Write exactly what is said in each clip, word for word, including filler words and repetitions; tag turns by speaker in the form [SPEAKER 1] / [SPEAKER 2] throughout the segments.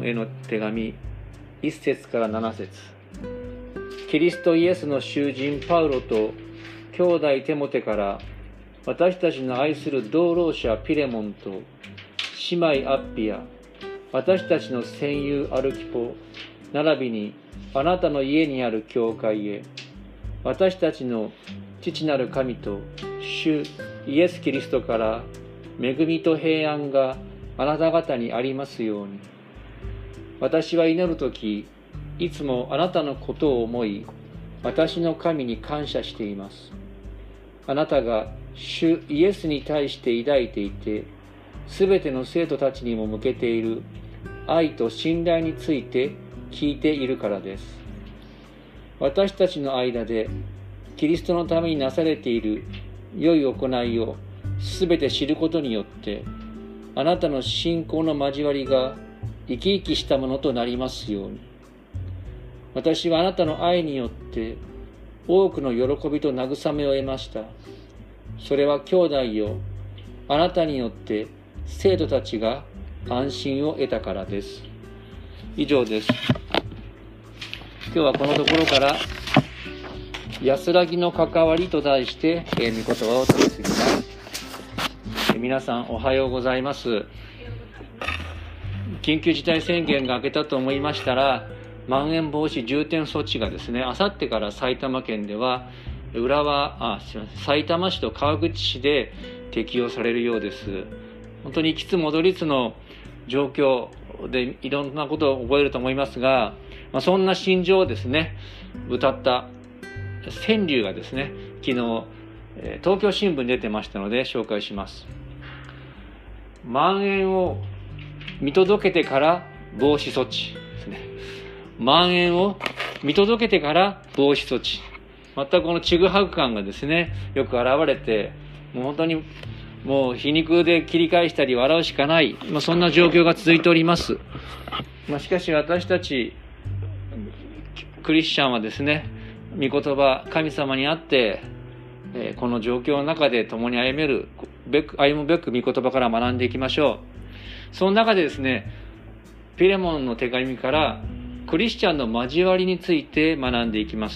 [SPEAKER 1] ンへの手紙いっ節からなな節。キリストイエスの囚人パウロと兄弟テモテから、私たちの愛する同労者ピレモンと姉妹アッピア、私たちの戦友アルキポ、並びにあなたの家にある教会へ、私たちの父なる神と主イエス・キリストから恵みと平安があなた方にありますように。私は祈るとき、いつもあなたのことを思い、私の神に感謝しています。あなたが主イエスに対して抱いていて、すべての生徒たちにも向けている愛と信頼について聞いているからです。私たちの間でキリストのためになされている良い行いをすべて知ることによって、あなたの信仰の交わりが生き生きしたものとなりますように。私はあなたの愛によって多くの喜びと慰めを得ました。それは兄弟よ、あなたによって生徒たちが安心を得たからです。以上です。今日はこのところから安らぎの関わりと題して、えー、御言葉を取り次ぎます。えー、皆さんおはようございます。緊急事態宣言が明けたと思いましたら、まん延防止重点措置がですね、あさってから埼玉県では浦和あすいませんさいたま市と川口市で適用されるようです。本当に行きつ戻りつの状況でいろんなことを覚えると思いますが、まあ、そんな心情をですね歌った川柳がですね、昨日東京新聞に出てましたので紹介します。まん延を見届けてから防止措置ですね。まん延を見届けてから防止措置。またこのちぐはぐ感がですね、よく現れて、もう本当にもう皮肉で切り返したり笑うしかない、まあ、そんな状況が続いております。まあ、しかし私たちクリスチャンはですね、御言葉、神様にあって、えー、この状況の中で共に歩めるべく、歩むべく御言葉から学んでいきましょう。その中でですね、ピレモンの手紙からクリスチャンの交わりについて学んでいきます。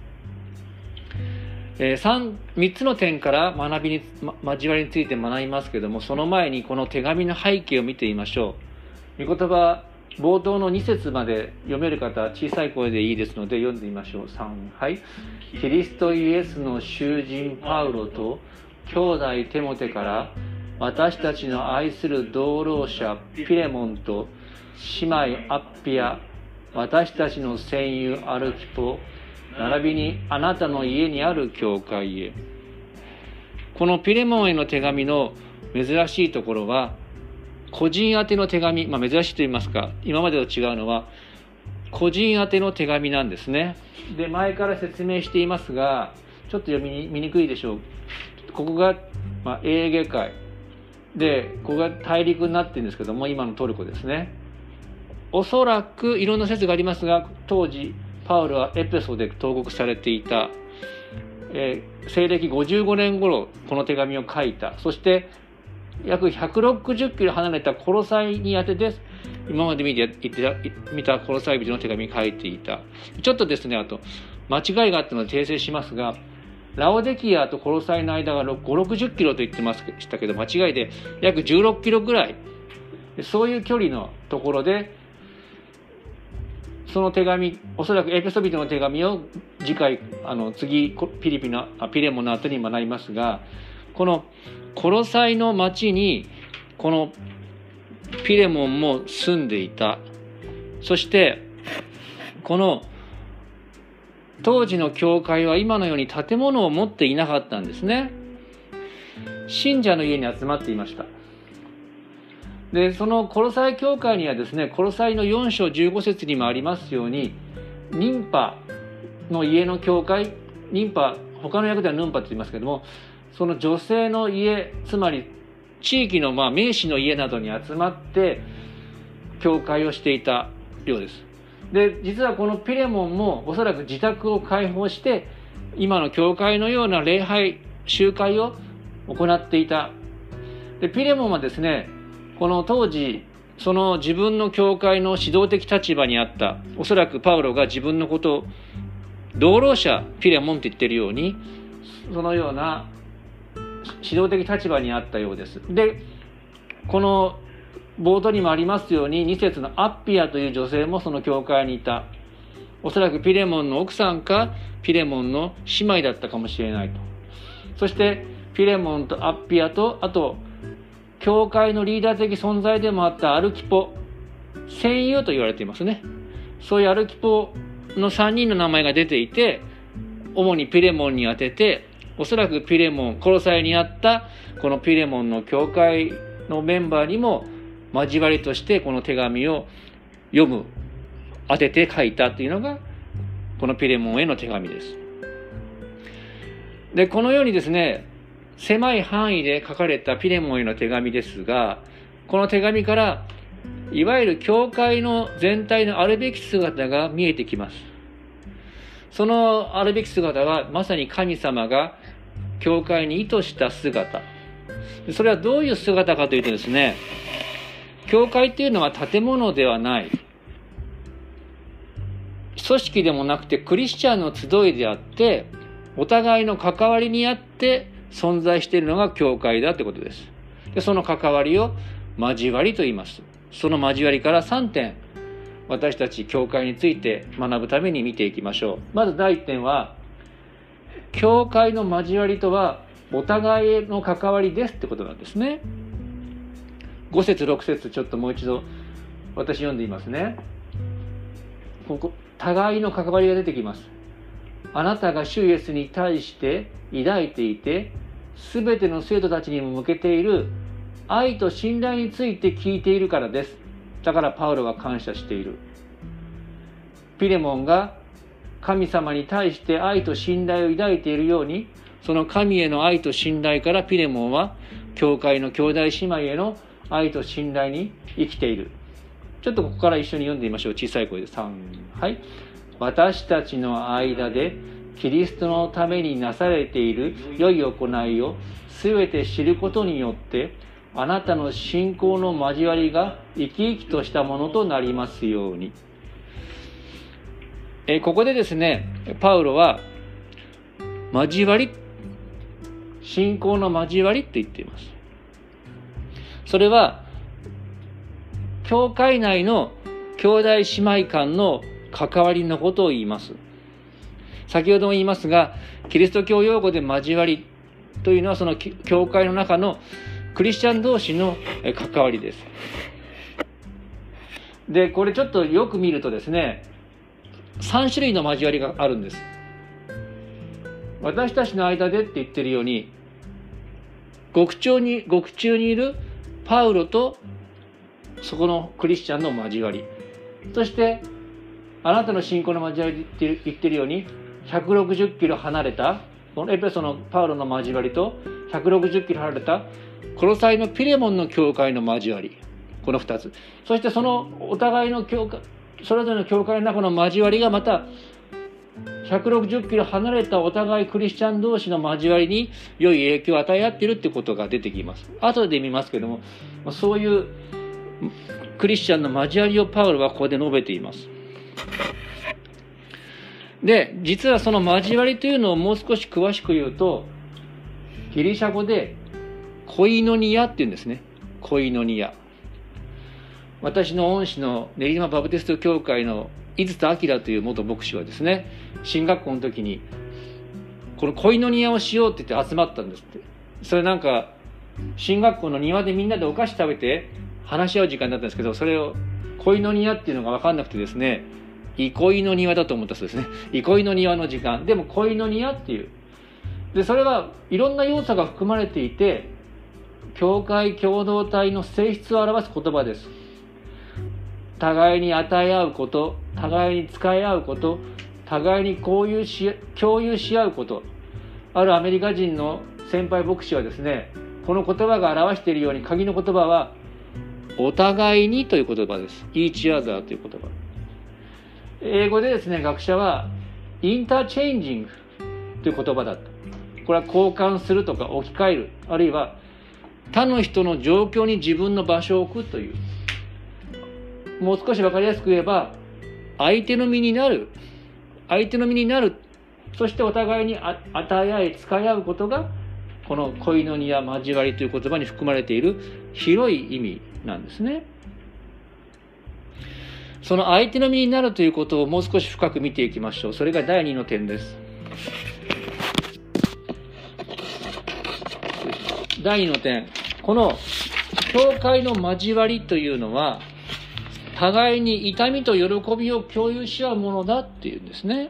[SPEAKER 1] えー、3, 3つの点から学びに、ま、交わりについて学びますけれども、その前にこの手紙の背景を見てみましょう。御言葉冒頭のに節まで読める方、小さい声でいいですので読んでみましょう。さん、はい。キリストイエスの囚人パウロと兄弟テモテから、私たちの愛する同労者ピレモンと姉妹アッピア、私たちの戦友アルキポ、並びにあなたの家にある教会へ。このピレモンへの手紙の珍しいところは、個人宛ての手紙、まあ、珍しいと言いますか、今までと違うのは個人宛ての手紙なんですね。で、前から説明していますが、ちょっと読みに見にくいでしょう。ここが、まあ、エーゲ海で、ここが大陸になってるんですけども、今のトルコですね。おそらくいろんな説がありますが、当時パウロはエペソで投獄されていた、えー、西暦ごじゅうごねん頃この手紙を書いた。そして約ひゃくろくじゅっキロ離れたコロサイに宛てです今まで見て見たコロサイ人の手紙を書いていた。ちょっとですね、あと間違いがあったので訂正しますが、ラオデキアとコロサイの間がごじゅうろくじゅっキロと言ってましたけど、間違いで約じゅうろっキロぐらい、そういう距離のところでその手紙、おそらくエペソビトの手紙を次回、あの次ピリピのピレモンの後に学びますが、このコロサイの町にこのピレモンも住んでいた。そしてこの当時の教会は今のように建物を持っていなかったんですね。信者の家に集まっていました。で、そのコロサイ教会にはですね、コロサイのよん章じゅうご節にもありますように、ニンパの家の教会、ニンパ、他の訳ではヌンパと言いますけども、その女性の家、つまり地域のまあ名士の家などに集まって教会をしていたようです。で、実はこのピレモンもおそらく自宅を開放して今の教会のような礼拝集会を行っていた。で、ピレモンはですね、この当時その自分の教会の指導的立場にあった、おそらくパウロが自分のことを同労者ピレモンって言ってるように、そのような指導的立場にあったようです。で、この冒頭にもありますように、に節のアッピアという女性もその教会にいた。おそらくピレモンの奥さんかピレモンの姉妹だったかもしれないと。そしてピレモンとアッピアと、あと教会のリーダー的存在でもあったアルキポ、戦友と言われていますね。そういうアルキポのさんにんの名前が出ていて、主にピレモンに当てて、おそらくピレモン、コロサイにあったこのピレモンの教会のメンバーにも交わりとしてこの手紙を読む、当てて書いたというのがこのピレモンへの手紙です。で、このようにですね、狭い範囲で書かれたピレモンへの手紙ですが、この手紙からいわゆる教会の全体のあるべき姿が見えてきます。そのあるべき姿はまさに神様が教会に意図した姿。それはどういう姿かというとですね、教会っていうのは建物ではない、組織でもなくてクリスチャンの集いであって、お互いの関わりにあって存在しているのが教会だということです。で、その関わりを交わりと言います。その交わりからさんてん、私たち教会について学ぶために見ていきましょう。まずだいいってんは、教会の交わりとはお互いの関わりですってことなんですね。ご節ろく節ちょっともう一度私読んでいますね。ここ互いの関わりが出てきます。あなたが主イエスに対して抱いていて、すべての生徒たちにも向けている愛と信頼について聞いているからです。だからパウロは感謝している。ピレモンが神様に対して愛と信頼を抱いているように、その神への愛と信頼からピレモンは教会の兄弟姉妹への愛と信頼に生きている。ちょっとここから一緒に読んでみましょう。小さい声でさん、はい。私たちの間でキリストのためになされている良い行いをすべて知ることによって、あなたの信仰の交わりが生き生きとしたものとなりますように。えここでですね、パウロは交わり、信仰の交わりって言っています。それは教会内の兄弟姉妹間の関わりのことを言います。先ほども言いますが、キリスト教用語で交わりというのはその教会の中のクリスチャン同士の関わりです。で、これちょっとよく見るとですね、さん種類の交わりがあるんです。私たちの間でって言ってるように、獄中に、獄中にいるパウロとそこのクリスチャンの交わり、そしてあなたの信仰の交わりって言ってるようにひゃくろくじゅっキロ離れたこのエペソのパウロの交わりとひゃくろくじゅっキロ離れたコロサイのピレモンの教会の交わり、このふたつ、そしてそのお互いの教会、それぞれの教会の中の交わりがまたひゃくろくじゅっキロ離れたお互いクリスチャン同士の交わりに良い影響を与え合っているってことが出てきます。後で見ますけども、そういうクリスチャンの交わりをパウロはここで述べています。で、実はその交わりというのをもう少し詳しく言うと、ギリシャ語でコイノニアっていうんですね。コイノニア。私の恩師の練馬バプテスト教会の井筒明という元牧師はですね、進学校の時にこのコイノニアをしようって言って集まったんですって。それなんか進学校の庭でみんなでお菓子食べて話し合う時間だったんですけど、それをコイノニアっていうのが分かんなくてですね、憩いの庭だと思ったそうですね。憩いの庭の時間。でもコイノニアっていう。で、それはいろんな要素が含まれていて、教会共同体の性質を表す言葉です。互いに与え合うこと、互いに使い合うこと、互いに共有し、共有し合うこと。あるアメリカ人の先輩牧師はですね、この言葉が表しているように鍵の言葉はお互いにという言葉です。each other という言葉。英語でですね、学者はインターチェンジングという言葉だと。これは交換するとか置き換える、あるいは他の人の状況に自分の場所を置くという、 もう少し分かりやすく言えば、相手の身になる、相手の身になる、そしてお互いに与え合い使い合うことが、このコイノニア、交わりという言葉に含まれている広い意味なんですね。その相手の身になるということをもう少し深く見ていきましょう。それがだいにの点です。だいにの点、この教会の交わりというのは、互いに痛みと喜びを共有し合うものだっていうんですね。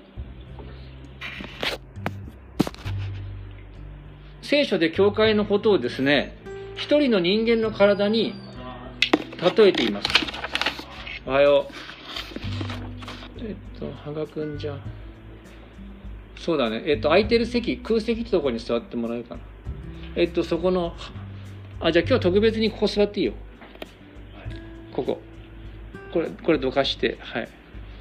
[SPEAKER 1] 聖書で教会のことをですね、一人の人間の体に例えています。おはよう。えっと、羽賀くんじゃん。そうだね。えっと、空いてる席、空席ってところに座ってもらえるかな。えっと、そこの、あ、じゃあ今日特別にここ座っていいよ。ここ。これ、これどかして、はい。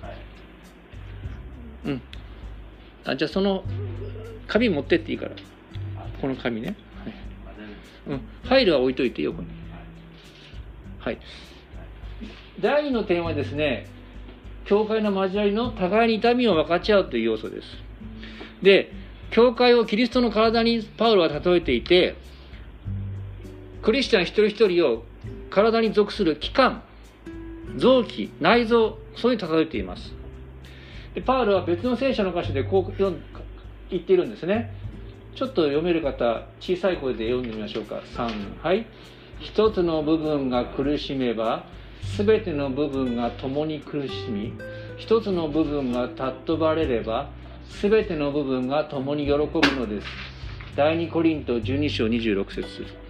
[SPEAKER 1] うん。あ、じゃあその、紙持ってっていいから。この紙ね。はい。うん。ファイルは置いといてよ、ここに。はい。だいにの点はですね、教会の交わりの互いに痛みを分かち合うという要素です。で、教会をキリストの体にパウロは例えていて、クリスチャン一人一人を体に属する器官、臓器、内臓、そういうに例えています。でパウロは別の聖書の箇所でこう言っているんですね。ちょっと読める方、小さい声で読んでみましょうか。さん、はい。一つの部分が苦しめば、すべての部分が共に苦しみ、一つの部分が尊ばれれば、すべての部分が共に喜ぶのです。だいにコリントじゅうに章にじゅうろく節。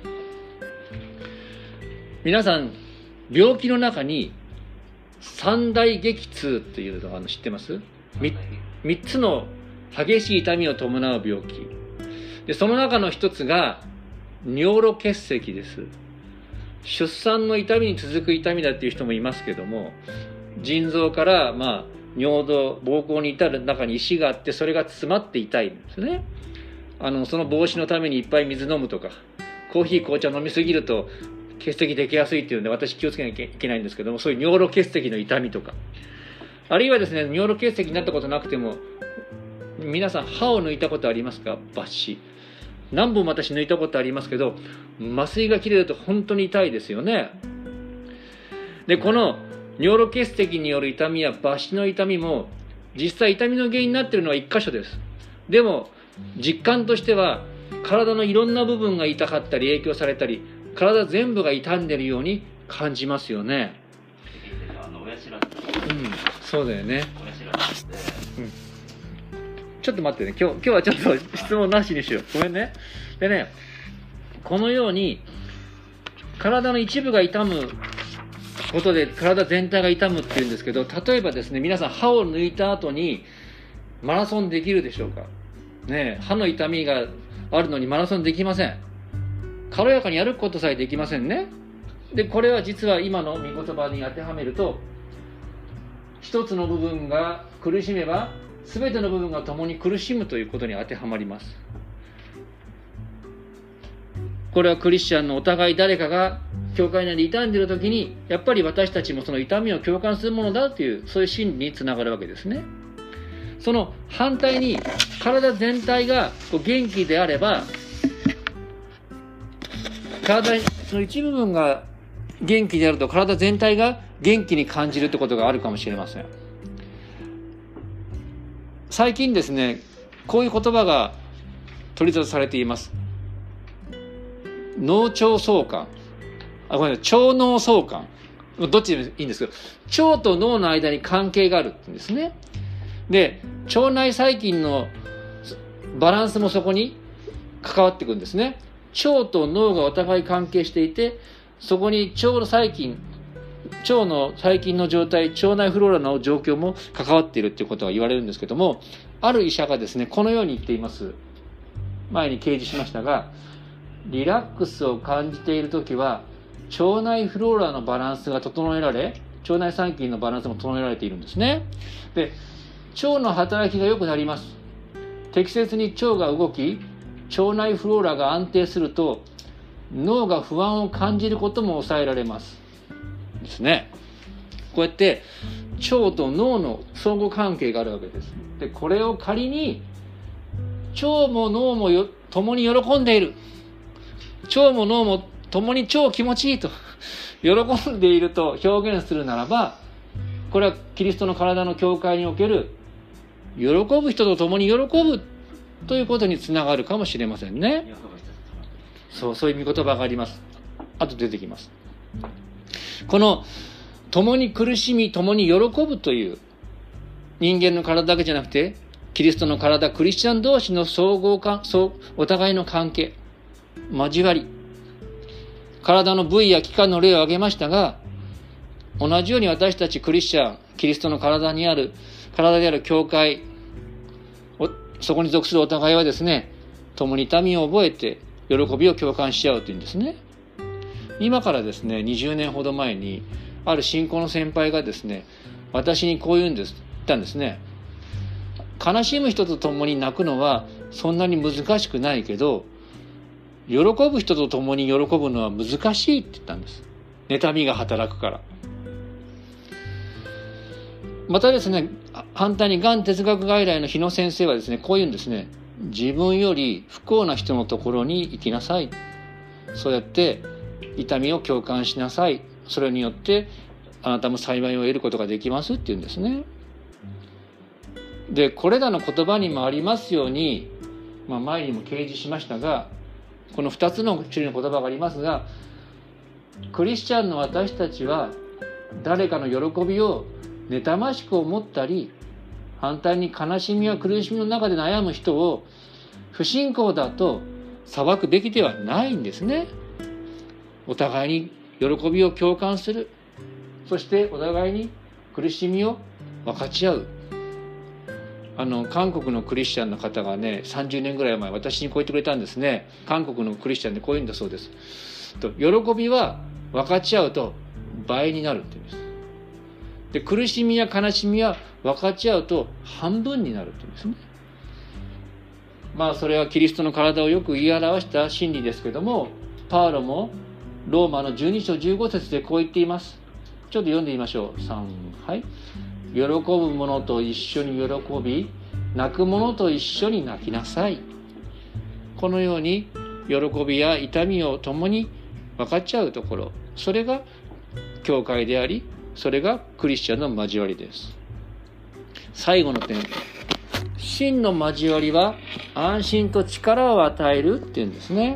[SPEAKER 1] 皆さん、病気の中に三大激痛というのを知ってます？ 3, 三つの激しい痛みを伴う病気で、その中の一つが尿路結石です。出産の痛みに続く痛みだっていう人もいますけども、腎臓からまあ尿道、膀胱に至る中に石があって、それが詰まって痛いんですね。あのその防止のためにいっぱい水飲むとか、コーヒー紅茶飲みすぎると結石できやすいっていうんで、私気をつけなきゃいけないんですけども、そういう尿路結石の痛みとか、あるいはですね、尿路結石になったことなくても、皆さん歯を抜いたことありますか？抜歯。何本も私抜いたことありますけど、麻酔が切れると本当に痛いですよね。で、この尿路結石による痛みや抜歯の痛みも、実際痛みの原因になっているのは一箇所です。でも実感としては、体のいろんな部分が痛かったり影響されたり、体全部が傷んでいるように感じますよね。うん、そうだよね。うん、ちょっと待ってね。今日、今日はちょっと質問なしにしよう。ごめんね。でね、このように体の一部が痛むことで体全体が痛むっていうんですけど、例えばですね、皆さん歯を抜いた後にマラソンできるでしょうかね。歯の痛みがあるのにマラソンできません。軽やかに歩くことさえできませんね。で、これは実は今の御言葉に当てはめると、一つの部分が苦しめば全ての部分が共に苦しむということに当てはまります。これはクリスチャンのお互い誰かが教会内で傷んでいるときに、やっぱり私たちもその痛みを共感するものだという、そういう心理につながるわけですね。その反対に、体全体がこう元気であれば、体の一部分が元気であると体全体が元気に感じるってことがあるかもしれません。最近ですね、こういう言葉が取り沙汰されています。脳腸相関、あ、ごめんなさい、腸脳相関、どっちでもいいんですけど、腸と脳の間に関係があるって言うんですね。で、腸内細菌のバランスもそこに関わってくるんですね。腸と脳がお互い関係していて、そこに腸の細菌、腸の細菌の状態、腸内フローラの状況も関わっているということが言われるんですけども、ある医者がですね、このように言っています。前に掲示しましたが、リラックスを感じているときは、腸内フローラのバランスが整えられ、腸内細菌のバランスも整えられているんですね。で、腸の働きが良くなります。適切に腸が動き、腸内フローラが安定すると、脳が不安を感じることも抑えられます。ですね。 こうやって腸と脳の相互関係があるわけです。でこれを仮に腸も脳もよ共に喜んでいる、腸も脳も共に超気持ちいいと喜んでいると表現するならば、これはキリストの体の教会における喜ぶ人と共に喜ぶということにつながるかもしれませんね。そうそういう御言葉があります。あと出てきます。この共に苦しみ共に喜ぶという人間の体だけじゃなくて、キリストの体、クリスチャン同士の相互かお互いの関係、交わり、体の部位や器官の例を挙げましたが、同じように私たちクリスチャン、キリストの体にある体である教会、そこに属するお互いはですね、共に痛みを覚えて喜びを共感し合うというんですね。今からですねにじゅうねんほど前にある信仰の先輩がですね、私にこう言うんです、言ったんですね。悲しむ人と共に泣くのはそんなに難しくないけど、喜ぶ人と共に喜ぶのは難しいって言ったんです。妬みが働くから。またですね、反対にがん哲学外来の日野先生はですね、こう言うんですね。自分より不幸な人のところに行きなさい。そうやって痛みを共感しなさい。それによってあなたも幸いを得ることができますって言うんですね。で、これらの言葉にもありますように、まあ、前にも掲示しましたが、このふたつの種類の言葉がありますが、クリスチャンの私たちは誰かの喜びを妬ましく思ったり、反対に悲しみや苦しみの中で悩む人を不信仰だと裁くべきではないんですね。お互いに喜びを共感する、そしてお互いに苦しみを分かち合う。あの韓国のクリスチャンの方がね、さんじゅうねんぐらい前私にこう言ってくれたんですね。韓国のクリスチャンでこう言うんだそうです。と喜びは分かち合うと倍になるって言うんです。で、苦しみや悲しみは分かち合うと半分になるって言うんですね。まあそれはキリストの体をよく言い表した真理ですけども、パウロもローマのじゅうにしょうじゅうごせつでこう言っています。ちょっと読んでみましょう。さん、はい。喜ぶ者と一緒に喜び、泣く者と一緒に泣きなさい。このように喜びや痛みを共に分かち合うところ、それが教会であり、それがクリスチャンの交わりです。最後の点、真の交わりは安心と力を与えるっていうんですね。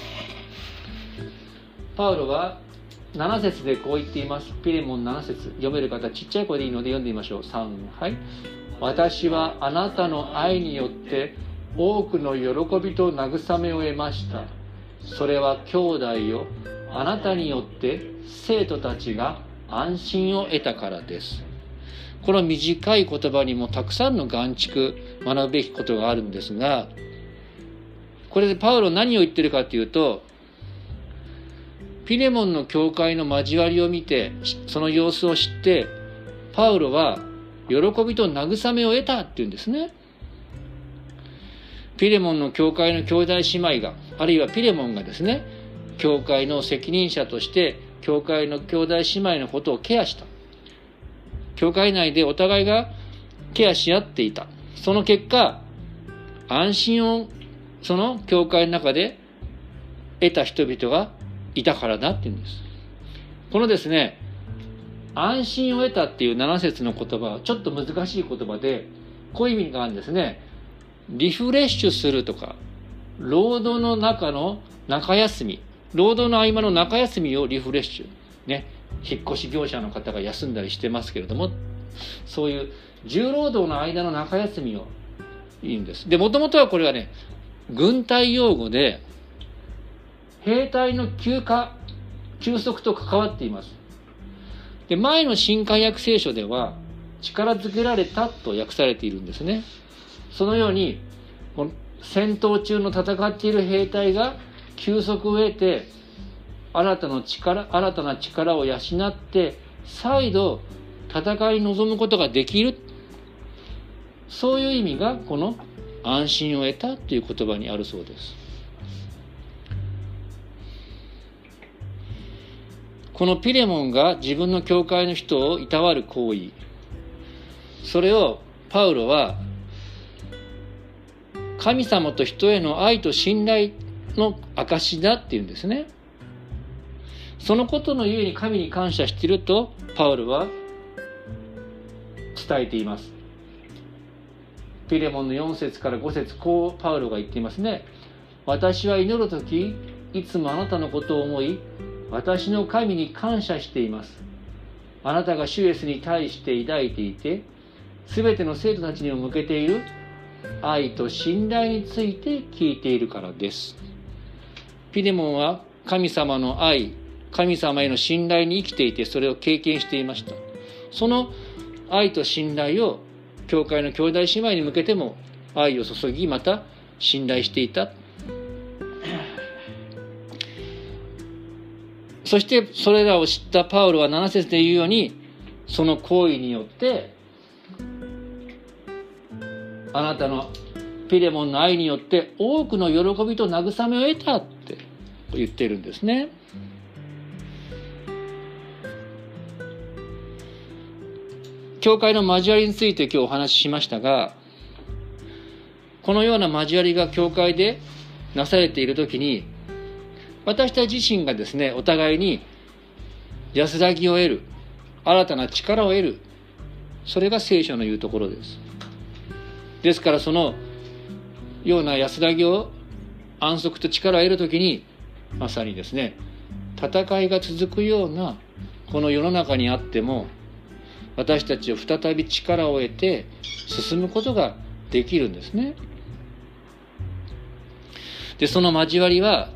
[SPEAKER 1] パウロはななせつでこう言っています。ピレモンななせつ、読める方ちっちゃい声でいいので読んでみましょう。さん、はい。私はあなたの愛によって多くの喜びと慰めを得ました。それは兄弟よ、あなたによって生徒たちが安心を得たからです。この短い言葉にもたくさんの眼蓄、学ぶべきことがあるんですが、これでパウロ何を言ってるかというと、ピレモンの教会の交わりを見て、その様子を知って、パウロは喜びと慰めを得たっていうんですね。ピレモンの教会の兄弟姉妹が、あるいはピレモンがですね、教会の責任者として教会の兄弟姉妹のことをケアした。教会内でお互いがケアし合っていた。その結果、安心をその教会の中で得た人々がいたからだっていうんです。このですね、安心を得たっていうななせつの言葉はちょっと難しい言葉で、こういう意味があるんですね。リフレッシュするとか、労働の中の中休み、労働の合間の中休みをリフレッシュ。ね、引っ越し業者の方が休んだりしてますけれども、そういう重労働の間の中休みを言うんです。で、もともとはこれはね、軍隊用語で、兵隊の休暇、休息と関わっています。で、前の新海訳聖書では、力づけられたと訳されているんですね。そのように、この戦闘中の戦っている兵隊が休息を得て、新たな力、新たな力を養って、再度戦いに臨むことができる。そういう意味が、この安心を得たという言葉にあるそうです。 このピレモンが自分の教会の人をいたわる行為、それをパウロは神様と人への愛と信頼の証だっていうんですね。そのことのゆえに神に感謝しているとパウロは伝えています。ピレモンのよん節からご節、こうパウロが言っていますね。私は祈るときいつもあなたのことを思い、私の神に感謝しています。あなたが主イエスに対して抱いていて、すべての生徒たちにも向けている愛と信頼について聞いているからです。ピレモンは神様の愛、神様への信頼に生きていて、それを経験していました。その愛と信頼を教会の兄弟姉妹に向けても愛を注ぎ、また信頼していた。そしてそれらを知ったパウロはなな節で言うように、その行為によってあなたのピレモンの愛によって多くの喜びと慰めを得たって言っているんですね。教会の交わりについて今日お話ししましたが、このような交わりが教会でなされているときに、私たち自身がですね、お互いに安らぎを得る、新たな力を得る、それが聖書の言うところです。ですからそのような安らぎを、安息と力を得るときに、まさにですね、戦いが続くようなこの世の中にあっても、私たちを再び力を得て進むことができるんですね。で、その交わりは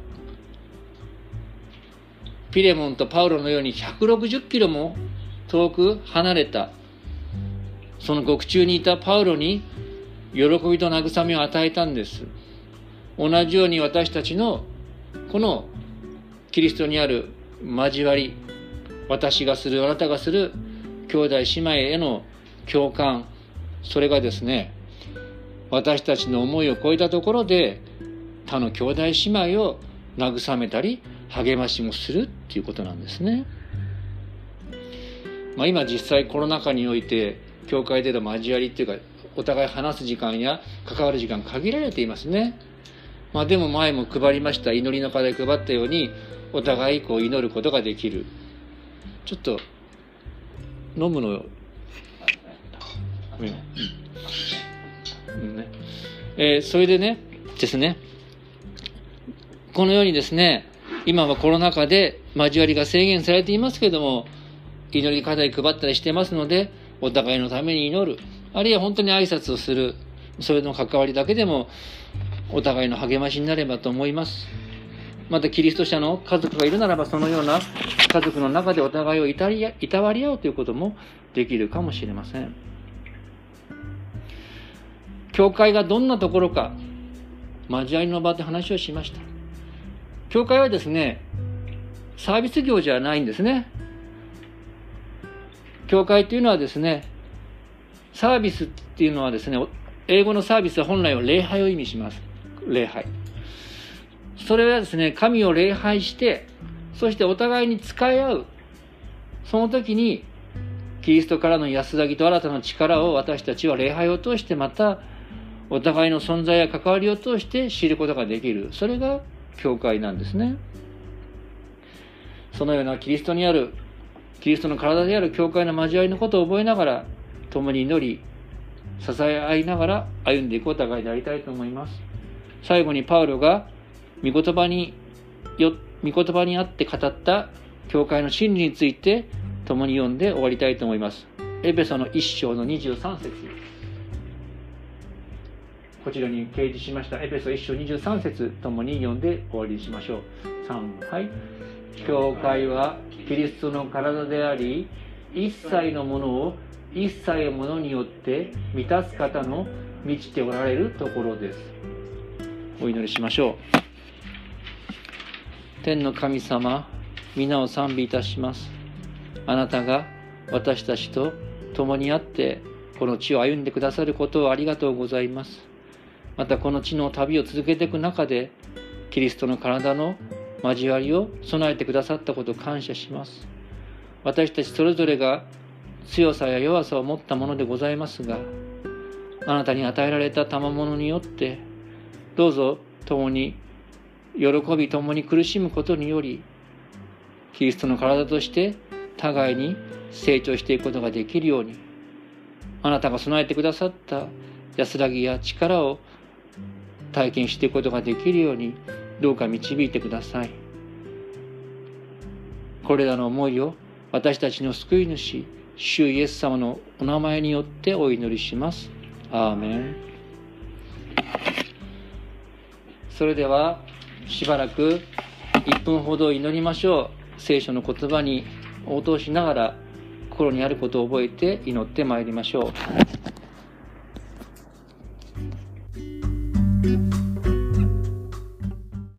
[SPEAKER 1] ピレモンとパウロのようにひゃくろくじゅっキロも遠く離れたその獄中にいたパウロに喜びと慰めを与えたんです。同じように私たちのこのキリストにある交わり、私がする、あなたがする兄弟姉妹への共感、それがですね、私たちの思いを超えたところで他の兄弟姉妹を慰めたり励ましもするっていうことなんですね。まあ、今実際コロナ禍において教会での交わりっていうか、お互い話す時間や関わる時間限られていますね。まあ、でも前も配りました祈りの課題配ったように、お互いこう祈ることができる。ちょっと飲むのよ、うんうんねえー、それでねですねこのようにですね、今はコロナ禍で交わりが制限されていますけれども、祈り課題配ったりしてますので、お互いのために祈る、あるいは本当に挨拶をする、それの関わりだけでもお互いの励ましになればと思います。またキリスト者の家族がいるならば、そのような家族の中でお互いをいたりいたわり合うということもできるかもしれません。教会がどんなところか、交わりの場で話をしました。教会はですね、サービス業じゃないんですね。教会というのはですね、サービスっていうのはですね、英語のサービスは本来は礼拝を意味します。礼拝。それはですね、神を礼拝して、そしてお互いに仕え合う。その時に、キリストからの安らぎと新たな力を私たちは礼拝を通して、またお互いの存在や関わりを通して知ることができる。それが教会なんですね。そのようなキリストにある、キリストの体である教会の交わりのことを覚えながら、共に祈り、支え合いながら歩んでいくお互いでありたいと思います。最後にパウロが御言葉によ御言葉にあって語った教会の真理について共に読んで終わりたいと思います。エペソの一章のにじゅうさん節、こちらに掲示しました。エペソ一章にじゅうさん節、共に読んで終わりにしましょう。さん、はい。教会はキリストの体であり、一切のものを一切のものによって満たす方の満ちておられるところです。お祈りしましょう。天の神様、皆を賛美いたします。あなたが私たちと共にあってこの地を歩んでくださることをありがとうございます。またこの地の旅を続けていく中で、キリストの体の交わりを備えてくださったことを感謝します。 私たちそれぞれが強さや弱さを持ったものでございますが、あなたに与えられた賜物によって、どうぞ共に喜び共に苦しむことにより、キリストの体として互いに成長していくことができるように、あなたが備えてくださった安らぎや力を体験していくことができるように、どうか導いてください。これらの思いを私たちの救い主、主イエス様のお名前によってお祈りします。アーメン。それではしばらくいっぷんほど祈りましょう。聖書の言葉に応答しながら心にあることを覚えて祈ってまいりましょう。